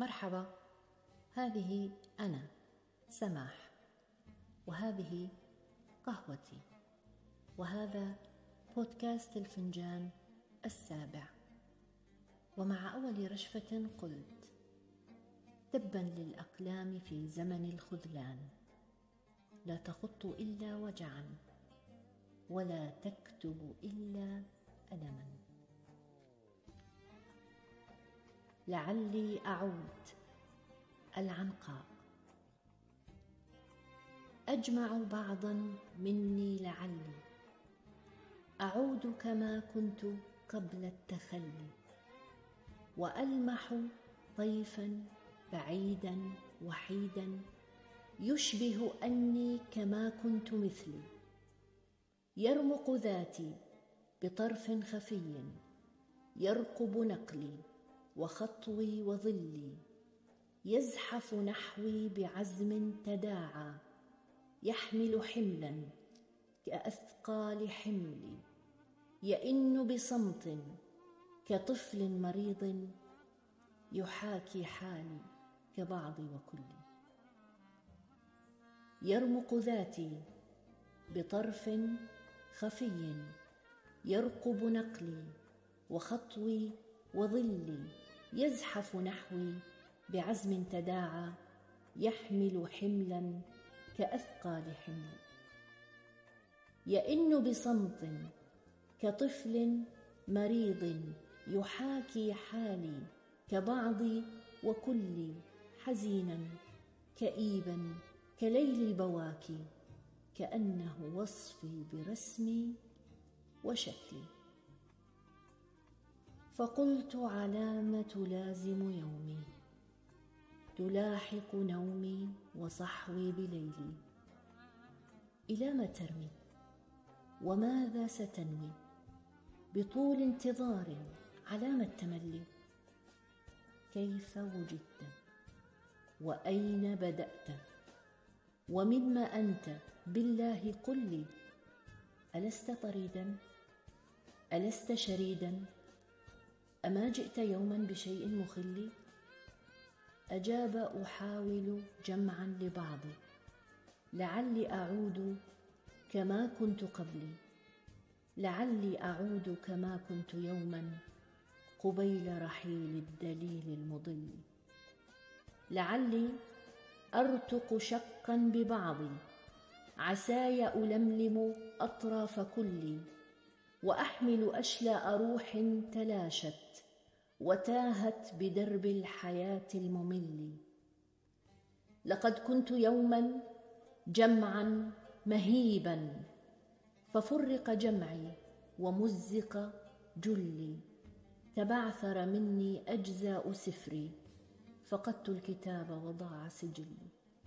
مرحبا، هذه أنا سماح، وهذه قهوتي، وهذا بودكاست الفنجان السابع. ومع أول رشفة قلت: تبا للأقلام في زمن الخذلان، لا تخط إلا وجعا ولا تكتب إلا ألما. لعلي أعود العنقاء، أجمع بعضا مني لعلي أعود كما كنت قبل التخلي، وألمح طيفا بعيدا وحيدا يشبه أني كما كنت مثلي، يرمق ذاتي بطرف خفي يرقب نقلي وخطوي وظلي، يزحف نحوي بعزم تداعى يحمل حملا كأثقال حملي، يئن بصمت كطفل مريض يحاكي حالي كبعضي وكلي، يرمق ذاتي بطرف خفي يرقب نقلي وخطوي وظلي، يزحف نحوي بعزم تداعى يحمل حملا كأثقال حملي، يئن بصمت كطفل مريض يحاكي حالي كبعضي وكلي، حزينا كئيبا كليل البواكي، كأنه وصفي برسمي وشكلي. فقلت: علامة لازم يومي تلاحق نومي وصحوي بليلي، إلى ما ترمي وماذا ستنوي بطول انتظار علامة التملي؟ كيف وجدت وأين بدأت ومما أنت بالله قل لي؟ ألست طريدا؟ ألست شريدا؟ أما جئت يوما بشيء مخل؟ أجاب أحاول جمعا لبعضي: لعلي أعود كما كنت قبلي، لعلي أعود كما كنت يوما قبيل رحيل الدليل المضل، لعلي أرتق شقا ببعضي عساي ألملم أطراف كلي، وأحمل أشلاء روح تلاشت وتاهت بدرب الحياة الممل. لقد كنت يوما جمعا مهيبا ففرق جمعي ومزق جلي، تبعثر مني أجزاء سفري فقدت الكتاب وضاع سجلي.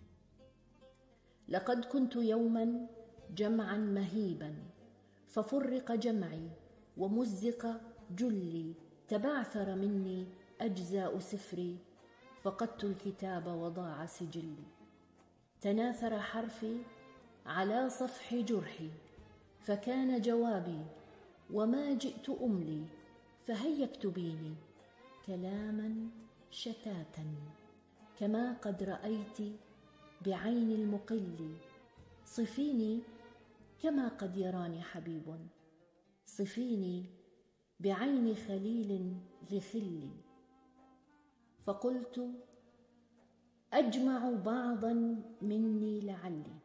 لقد كنت يوما جمعا مهيبا ففرق جمعي ومزق جلي، تبعثر مني أجزاء سفري فقدت الكتاب وضاع سجلي. تناثر حرفي على صفح جرحي فكان جوابي: وما جئت أملي، فهيا اكتبيني كلاما شتاتا كما قد رأيت بعين المقل، صفيني كما قد يراني حبيب، صفيني بعين خليل لخلي. فقلت: أجمع بعضا مني لعلي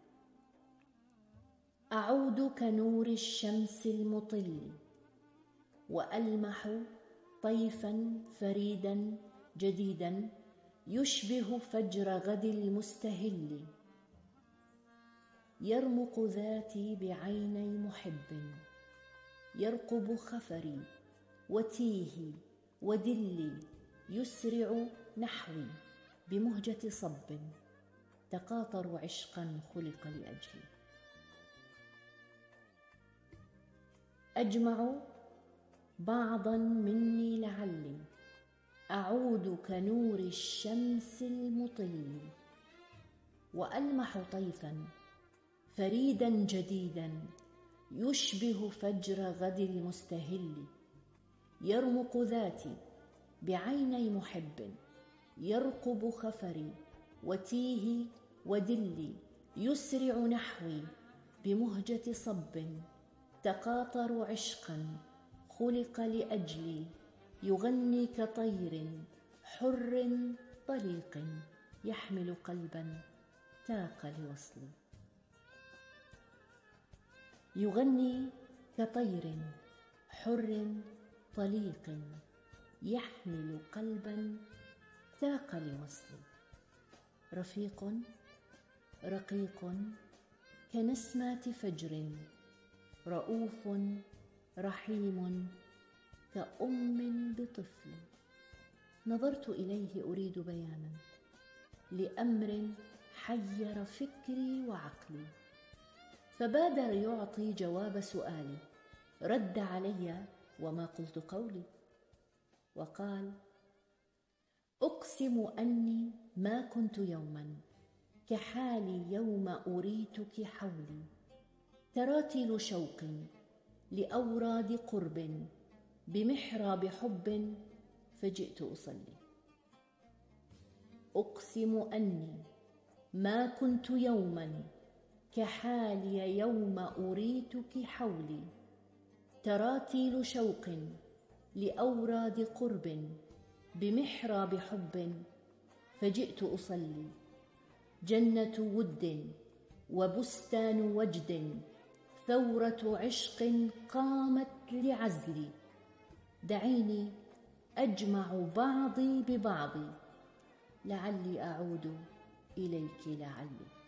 أعود كنور الشمس المطل، وألمح طيفا فريدا جديدا يشبه فجر غد المستهل، يرمق ذاتي بعيني محب يرقب خفري وتيهي ودلي، يسرع نحوي بمهجة صب تقاطر عشقا خلق لأجلي. أجمع بعضا مني لعلي أعود كنور الشمس المطل، وألمح طيفا فريدا جديدا يشبه فجر غد المستهل، يرمق ذاتي بعيني محب يرقب خفري وتيهي ودلي، يسرع نحوي بمهجة صب، تقاطر عشقا خلق لأجلي، يغني كطير حر طليق، يحمل قلبا تاق لوصلي. يغني كطير حر طليق، يحمل قلبا تاق لوصلي. رفيق رقيق كنسمات فجر، رؤوف رحيم كأم بطفل. نظرت إليه أريد بيانا لأمر حير فكري وعقلي، فبادر يعطي جواب سؤالي، رد علي وما قلت قولي، وقال: أقسم أني ما كنت يوما كحالي يوم أريتك حولي، تراتيل شوق لأوراد قرب، بمحراب حب فجئت أصلي. أقسم أني ما كنت يوما كحالي يوم أريتك حولي، تراتيل شوق لأوراد قرب، بمحراب حب فجئت أصلي. جنة ود وبستان وجد، ثورة عشق قامت لعزلي، دعيني أجمع بعضي ببعضي، لعلي أعود إليك لعلي.